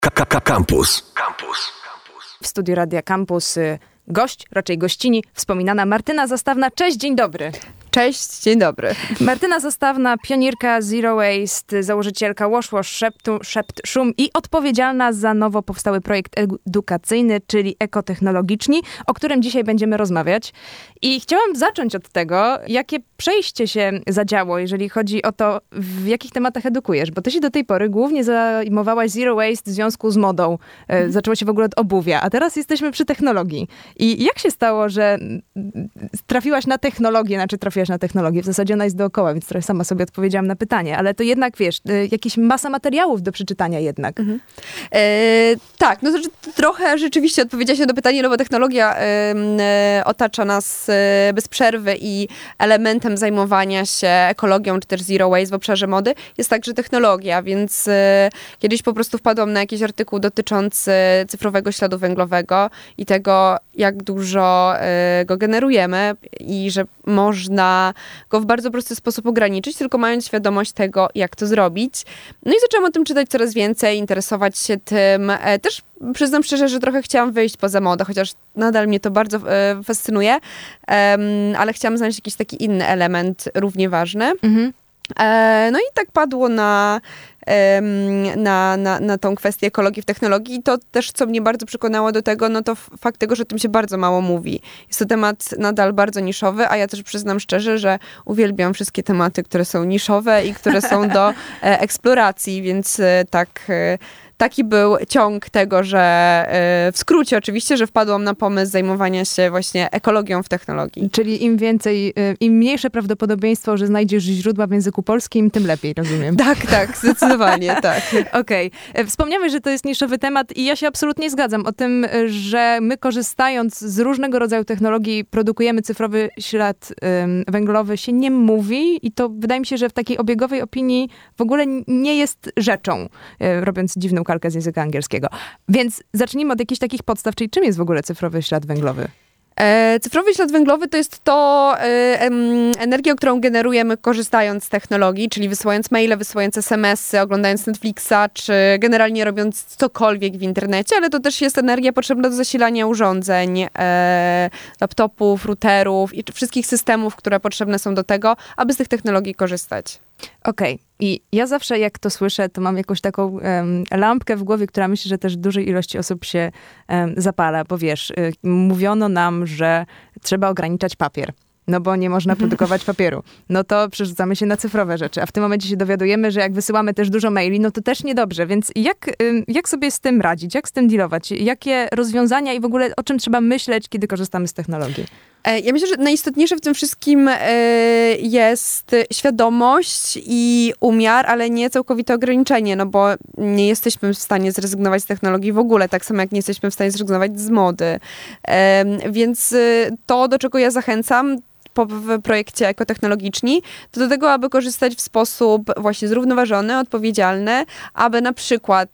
Campus. W studiu Radia Campus gość, raczej gościni, wspominana Martyna Zastawna. Cześć, dzień dobry. Cześć, dzień dobry. Martyna Zastawna, pionierka Zero Waste, założycielka Wash, Szept, Szum i odpowiedzialna za nowo powstały projekt edukacyjny, czyli Ekotechnologiczni, o którym dzisiaj będziemy rozmawiać. I chciałam zacząć od tego, jakie przejście się zadziało, jeżeli chodzi o to, w jakich tematach edukujesz, bo ty się do tej pory głównie zajmowałaś Zero Waste w związku z modą. Zaczęło się w ogóle od obuwia, a teraz jesteśmy przy technologii. I jak się stało, że trafiłaś na technologię, w zasadzie ona jest dookoła, więc trochę sama sobie odpowiedziałam na pytanie, ale to jednak, wiesz, jakieś masa materiałów do przeczytania jednak. Tak, no to trochę rzeczywiście odpowiedziałaś na pytanie, no bo technologia otacza nas bez przerwy i elementem zajmowania się ekologią, czy też zero waste w obszarze mody jest także technologia, więc kiedyś po prostu wpadłam na jakiś artykuł dotyczący cyfrowego śladu węglowego i tego, jak dużo go generujemy i że można go w bardzo prosty sposób ograniczyć, tylko mając świadomość tego, jak to zrobić. No i zaczęłam o tym czytać coraz więcej, interesować się tym. Też przyznam szczerze, że trochę chciałam wyjść poza modę, chociaż nadal mnie to bardzo fascynuje, ale chciałam znaleźć jakiś taki inny element równie ważny. No i tak padło na tą kwestię ekologii w technologii. I to też, co mnie bardzo przekonało do tego, no to fakt tego, że o tym się bardzo mało mówi. Jest to temat nadal bardzo niszowy, a ja też przyznam szczerze, że uwielbiam wszystkie tematy, które są niszowe i które są do eksploracji, więc taki był ciąg tego, że w skrócie oczywiście, że wpadłam na pomysł zajmowania się właśnie ekologią w technologii. Czyli im mniejsze prawdopodobieństwo, że znajdziesz źródła w języku polskim, tym lepiej, rozumiem. Tak, zdecydowanie, tak. Okej. Wspomniałeś, że to jest niszowy temat i ja się absolutnie zgadzam o tym, że my korzystając z różnego rodzaju technologii produkujemy cyfrowy ślad węglowy, się nie mówi i to wydaje mi się, że w takiej obiegowej opinii w ogóle nie jest rzeczą, robiąc dziwną kalkę z języka angielskiego. Więc zacznijmy od jakichś takich podstaw, czyli czym jest w ogóle cyfrowy ślad węglowy? Cyfrowy ślad węglowy to jest energia, którą generujemy korzystając z technologii, czyli wysyłając maile, wysyłając SMS-y, oglądając Netflixa, czy generalnie robiąc cokolwiek w internecie, ale to też jest energia potrzebna do zasilania urządzeń, laptopów, routerów i wszystkich systemów, które potrzebne są do tego, aby z tych technologii korzystać. Okej. I ja zawsze, jak to słyszę, to mam jakąś taką lampkę w głowie, która myślę, że też dużej ilości osób się zapala, bo wiesz, mówiono nam, że trzeba ograniczać papier. No bo nie można produkować papieru. No to przerzucamy się na cyfrowe rzeczy. A w tym momencie się dowiadujemy, że jak wysyłamy też dużo maili, no to też niedobrze. Więc jak sobie z tym radzić? Jak z tym dealować? Jakie rozwiązania i w ogóle o czym trzeba myśleć, kiedy korzystamy z technologii? Ja myślę, że najistotniejsze w tym wszystkim jest świadomość i umiar, ale nie całkowite ograniczenie, no bo nie jesteśmy w stanie zrezygnować z technologii w ogóle, tak samo jak nie jesteśmy w stanie zrezygnować z mody. Więc to, do czego ja zachęcam w projekcie Ekotechnologiczni, to do tego, aby korzystać w sposób właśnie zrównoważony, odpowiedzialny, aby na przykład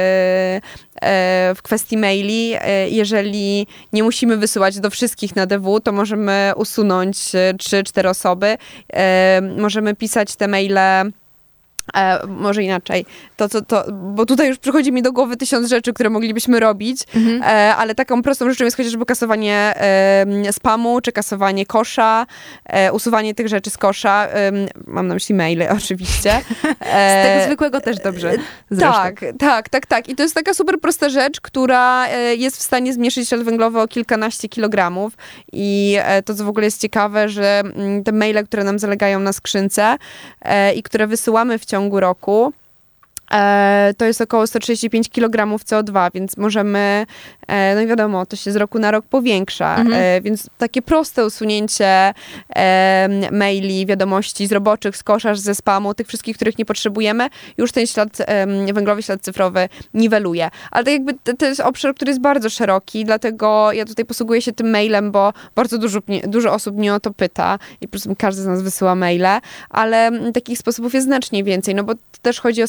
w kwestii maili, jeżeli nie musimy wysyłać do wszystkich na DW, to możemy usunąć 3-4 osoby. Możemy pisać te maile może inaczej, bo tutaj już przychodzi mi do głowy 1000 rzeczy, które moglibyśmy robić, ale taką prostą rzeczą jest chociażby kasowanie spamu, czy kasowanie kosza, usuwanie tych rzeczy z kosza. Mam na myśli maile oczywiście. Z tego zwykłego też dobrze. Zresztą. Tak. I to jest taka super prosta rzecz, która jest w stanie zmniejszyć ślad węglowy o kilkanaście kilogramów. I to, co w ogóle jest ciekawe, że te maile, które nam zalegają na skrzynce i które wysyłamy w ciągu roku, to jest około 135 kg CO2, więc możemy, no i wiadomo, to się z roku na rok powiększa, więc takie proste usunięcie maili, wiadomości z roboczych, z kosza, ze spamu, tych wszystkich, których nie potrzebujemy, już ten ślad węglowy, ślad cyfrowy niweluje. Ale tak jakby to jest obszar, który jest bardzo szeroki, dlatego ja tutaj posługuję się tym mailem, bo bardzo dużo osób mnie o to pyta i po prostu każdy z nas wysyła maile, ale takich sposobów jest znacznie więcej, no bo też chodzi o samą technologię,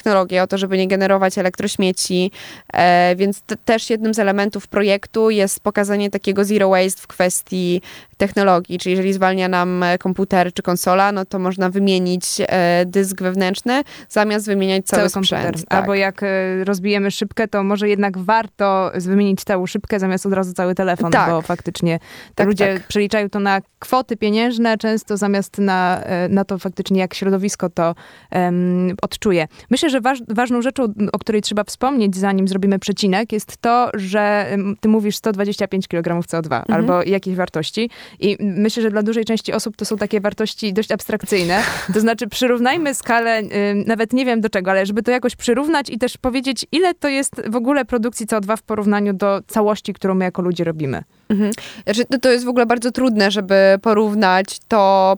technologię, o to, żeby nie generować elektrośmieci, więc też jednym z elementów projektu jest pokazanie takiego zero waste w kwestii technologii, czyli jeżeli zwalnia nam komputer czy konsola, no to można wymienić dysk wewnętrzny, zamiast wymieniać cały sprzęt. Komputer. Tak. Albo jak rozbijemy szybkę, to może jednak warto wymienić całą szybkę, zamiast od razu cały telefon, bo faktycznie ludzie przeliczają to na kwoty pieniężne często, zamiast na to faktycznie, jak środowisko to odczuje. Myślę, że ważną rzeczą, o której trzeba wspomnieć, zanim zrobimy przecinek, jest to, że ty mówisz 125 kg CO2 albo jakieś wartości. I myślę, że dla dużej części osób to są takie wartości dość abstrakcyjne. To znaczy przyrównajmy skalę, nawet nie wiem do czego, ale żeby to jakoś przyrównać i też powiedzieć, ile to jest w ogóle produkcji CO2 w porównaniu do całości, którą my jako ludzie robimy. Znaczy, to jest w ogóle bardzo trudne, żeby porównać to,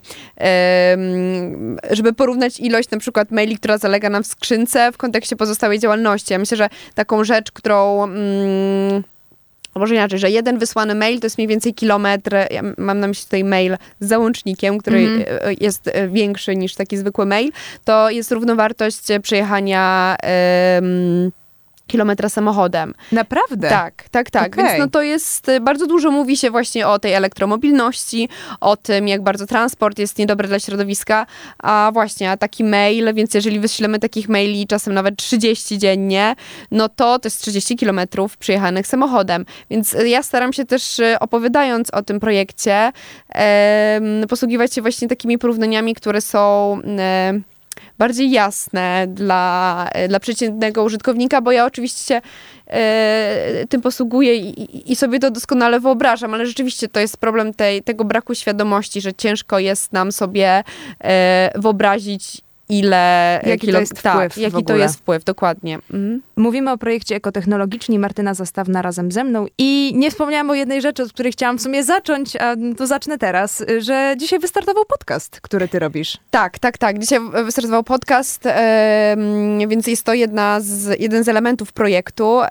żeby porównać ilość na przykład maili, która zalega nam w skrzynce w kontekście pozostałej działalności. Ja myślę, że taką rzecz, którą... może inaczej, że jeden wysłany mail to jest mniej więcej kilometr, ja mam na myśli tutaj mail z załącznikiem, który jest większy niż taki zwykły mail, to jest równowartość przejechania kilometra samochodem. Naprawdę? Tak. Okay. Więc no to jest, bardzo dużo mówi się właśnie o tej elektromobilności, o tym, jak bardzo transport jest niedobry dla środowiska, a właśnie, taki mail, więc jeżeli wyślemy takich maili czasem nawet 30 dziennie, no to jest 30 kilometrów przyjechanych samochodem. Więc ja staram się też, opowiadając o tym projekcie, posługiwać się właśnie takimi porównaniami, które są bardziej jasne dla przeciętnego użytkownika, bo ja oczywiście tym posługuję i sobie to doskonale wyobrażam, ale rzeczywiście to jest problem tego braku świadomości, że ciężko jest nam sobie wyobrazić, jaki to jest wpływ, dokładnie. Mówimy o projekcie Ekotechnologiczni. Martyna Zastawna razem ze mną i nie wspomniałam o jednej rzeczy, od której chciałam w sumie zacząć, a to zacznę teraz, że dzisiaj wystartował podcast, który ty robisz. Tak. Dzisiaj wystartował podcast, więc jest to jeden z elementów projektu.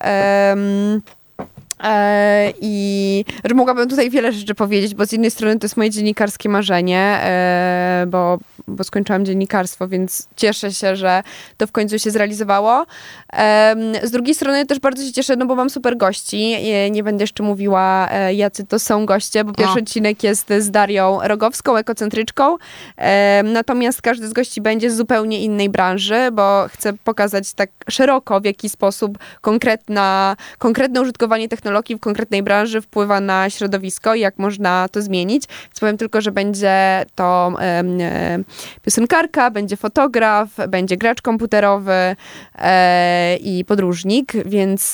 I że mogłabym tutaj wiele rzeczy powiedzieć, bo z jednej strony to jest moje dziennikarskie marzenie, bo skończyłam dziennikarstwo, więc cieszę się, że to w końcu się zrealizowało. Z drugiej strony też bardzo się cieszę, bo mam super gości. Nie będę jeszcze mówiła, jacy to są goście, bo pierwszy odcinek jest z Darią Rogowską, ekocentryczką. Natomiast każdy z gości będzie z zupełnie innej branży, bo chcę pokazać tak szeroko, w jaki sposób konkretne użytkowanie technologii w konkretnej branży wpływa na środowisko i jak można to zmienić. Więc powiem tylko, że będzie to piosenkarka, będzie fotograf, będzie gracz komputerowy i podróżnik, więc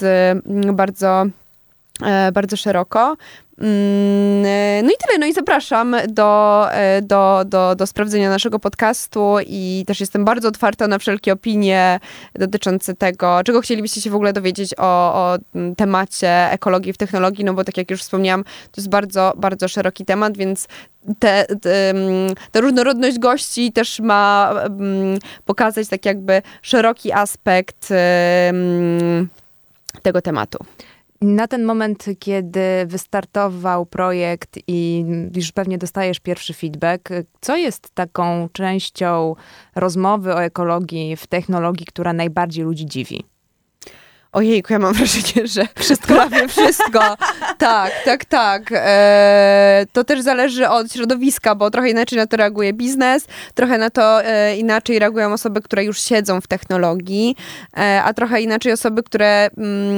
bardzo szeroko. No i tyle. No i zapraszam do sprawdzenia naszego podcastu i też jestem bardzo otwarta na wszelkie opinie dotyczące tego, czego chcielibyście się w ogóle dowiedzieć o temacie ekologii w technologii, no bo tak jak już wspomniałam, to jest bardzo, bardzo szeroki temat, więc ta różnorodność gości też ma pokazać tak jakby szeroki aspekt tego tematu. Na ten moment, kiedy wystartował projekt i już pewnie dostajesz pierwszy feedback, co jest taką częścią rozmowy o ekologii w technologii, która najbardziej ludzi dziwi? Ojejku, ja mam wrażenie, że prawie wszystko. Tak. To też zależy od środowiska, bo trochę inaczej na to reaguje biznes, trochę na to inaczej reagują osoby, które już siedzą w technologii, a trochę inaczej osoby, które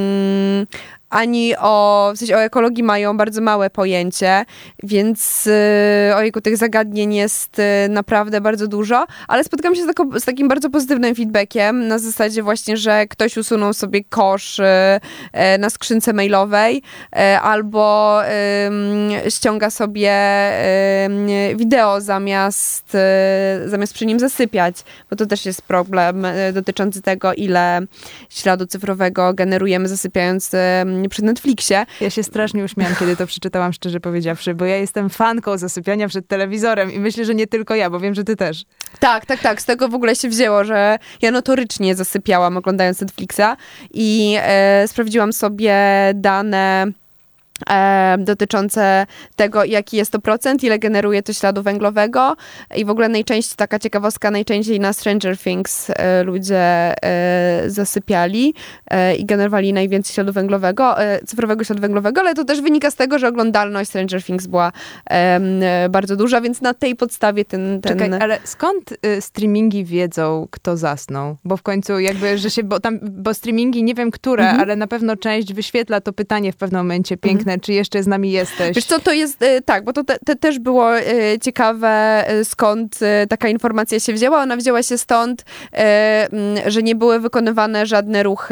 w sensie o ekologii mają bardzo małe pojęcie, więc ojejku, tych zagadnień jest naprawdę bardzo dużo, ale spotkam się z takim bardzo pozytywnym feedbackiem na zasadzie właśnie, że ktoś usunął sobie kosz na skrzynce mailowej albo ściąga sobie wideo zamiast przy nim zasypiać, bo to też jest problem dotyczący tego, ile śladu cyfrowego generujemy zasypiając przy Netflixie. Ja się strasznie uśmiałam, kiedy to przeczytałam, szczerze powiedziawszy, bo ja jestem fanką zasypiania przed telewizorem i myślę, że nie tylko ja, bo wiem, że ty też. Tak. Z tego w ogóle się wzięło, że ja notorycznie zasypiałam oglądając Netflixa i sprawdziłam sobie dane dotyczące tego, jaki jest to procent, ile generuje to śladu węglowego i w ogóle taka ciekawostka, najczęściej na Stranger Things ludzie zasypiali i generowali najwięcej śladu węglowego, cyfrowego śladu węglowego, ale to też wynika z tego, że oglądalność Stranger Things była bardzo duża, więc na tej podstawie Czekaj, ale skąd streamingi wiedzą, kto zasnął? Bo w końcu jakby, bo streamingi, nie wiem które, ale na pewno część wyświetla to pytanie w pewnym momencie piękne, czy jeszcze z nami jesteś? Wiesz co, to jest, tak, bo to też było ciekawe, skąd taka informacja się wzięła. Ona wzięła się stąd, że nie były wykonywane żadne ruchy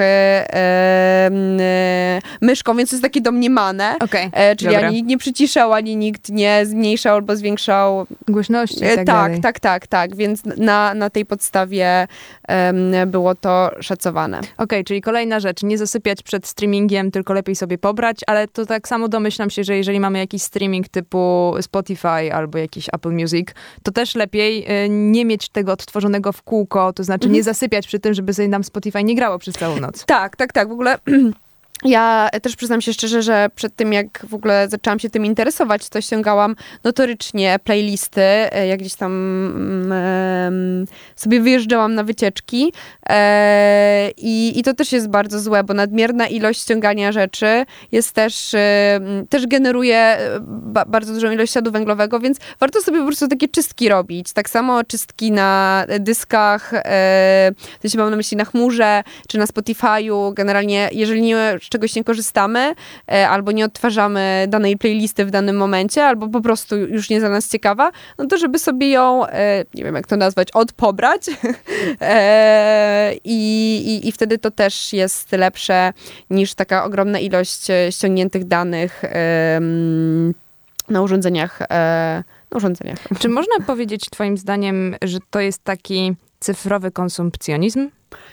myszką, więc to jest takie domniemane. Okay, czyli dobra. ani nikt nie przyciszał, ani nikt nie zmniejszał albo zwiększał głośności. Tak, więc na tej podstawie było to szacowane. Okej, czyli kolejna rzecz, nie zasypiać przed streamingiem, tylko lepiej sobie pobrać, ale to tak samo domyślam się, że jeżeli mamy jakiś streaming typu Spotify albo jakiś Apple Music, to też lepiej nie mieć tego odtworzonego w kółko, to znaczy nie zasypiać przy tym, żeby sobie nam Spotify nie grało przez całą noc. Tak. W ogóle ja też przyznam się szczerze, że przed tym, jak w ogóle zaczęłam się tym interesować, to ściągałam notorycznie playlisty, jak gdzieś tam sobie wyjeżdżałam na wycieczki i to też jest bardzo złe, bo nadmierna ilość ściągania rzeczy jest też generuje bardzo dużą ilość śladu węglowego, więc warto sobie po prostu takie czystki robić. Tak samo czystki na dyskach, to się mam na myśli na chmurze, czy na Spotify'u. Generalnie, jeżeli z czegoś nie korzystamy, albo nie odtwarzamy danej playlisty w danym momencie, albo po prostu już nie za nas ciekawa, no to żeby sobie ją, nie wiem jak to nazwać, odpobrać i wtedy to też jest lepsze niż taka ogromna ilość ściągniętych danych na urządzeniach. Czy można powiedzieć twoim zdaniem, że to jest taki cyfrowy konsumpcjonizm?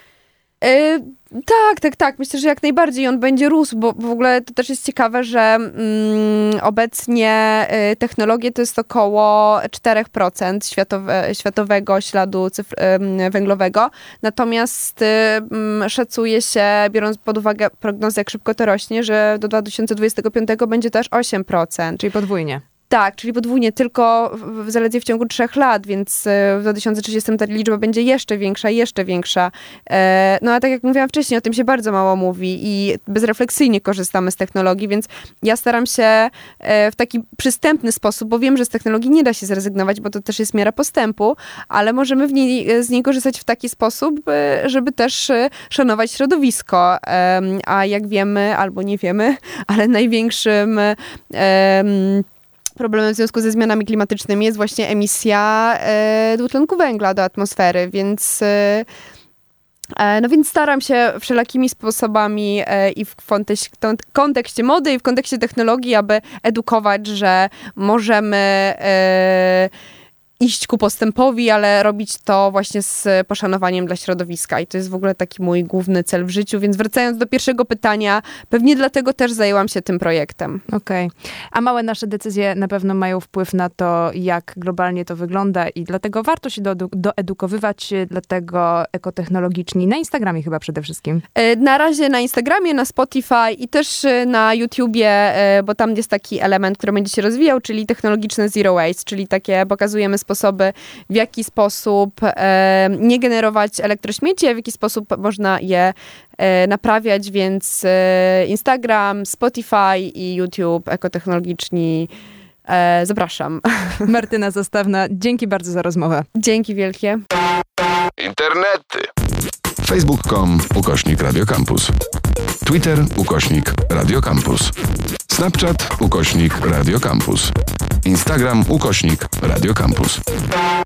Tak. Myślę, że jak najbardziej on będzie rósł, bo w ogóle to też jest ciekawe, że obecnie technologie to jest około 4% światowego śladu węglowego. Natomiast szacuje się, biorąc pod uwagę prognozę, jak szybko to rośnie, że do 2025 będzie to aż 8%. Czyli podwójnie. Tak, czyli podwójnie, tylko zaledwie w ciągu 3 lat, więc w 2030 ta liczba będzie jeszcze większa. No a tak jak mówiłam wcześniej, o tym się bardzo mało mówi i bezrefleksyjnie korzystamy z technologii, więc ja staram się w taki przystępny sposób, bo wiem, że z technologii nie da się zrezygnować, bo to też jest miara postępu, ale możemy z niej korzystać w taki sposób, żeby też szanować środowisko. A jak wiemy, albo nie wiemy, ale największym problemem w związku ze zmianami klimatycznymi jest właśnie emisja dwutlenku węgla do atmosfery, więc staram się wszelakimi sposobami i w kontekście mody i w kontekście technologii, aby edukować, że możemy iść ku postępowi, ale robić to właśnie z poszanowaniem dla środowiska. I to jest w ogóle taki mój główny cel w życiu. Więc wracając do pierwszego pytania, pewnie dlatego też zajęłam się tym projektem. Okej. A małe nasze decyzje na pewno mają wpływ na to, jak globalnie to wygląda i dlatego warto się doedukowywać, dlatego ekotechnologiczni. Na Instagramie chyba przede wszystkim. Na razie na Instagramie, na Spotify i też na YouTubie, bo tam jest taki element, który będzie się rozwijał, czyli technologiczne zero waste, czyli takie pokazujemy sposoby, w jaki sposób nie generować elektrośmieci, a w jaki sposób można je naprawiać, więc Instagram, Spotify i YouTube ekotechnologiczni. Zapraszam. Martyna Zastawna, dzięki bardzo za rozmowę. Dzięki wielkie. Internety. Facebook.com/Radio Campus. Twitter /Radio Campus. Snapchat /Radio Campus. Instagram /Radio Campus.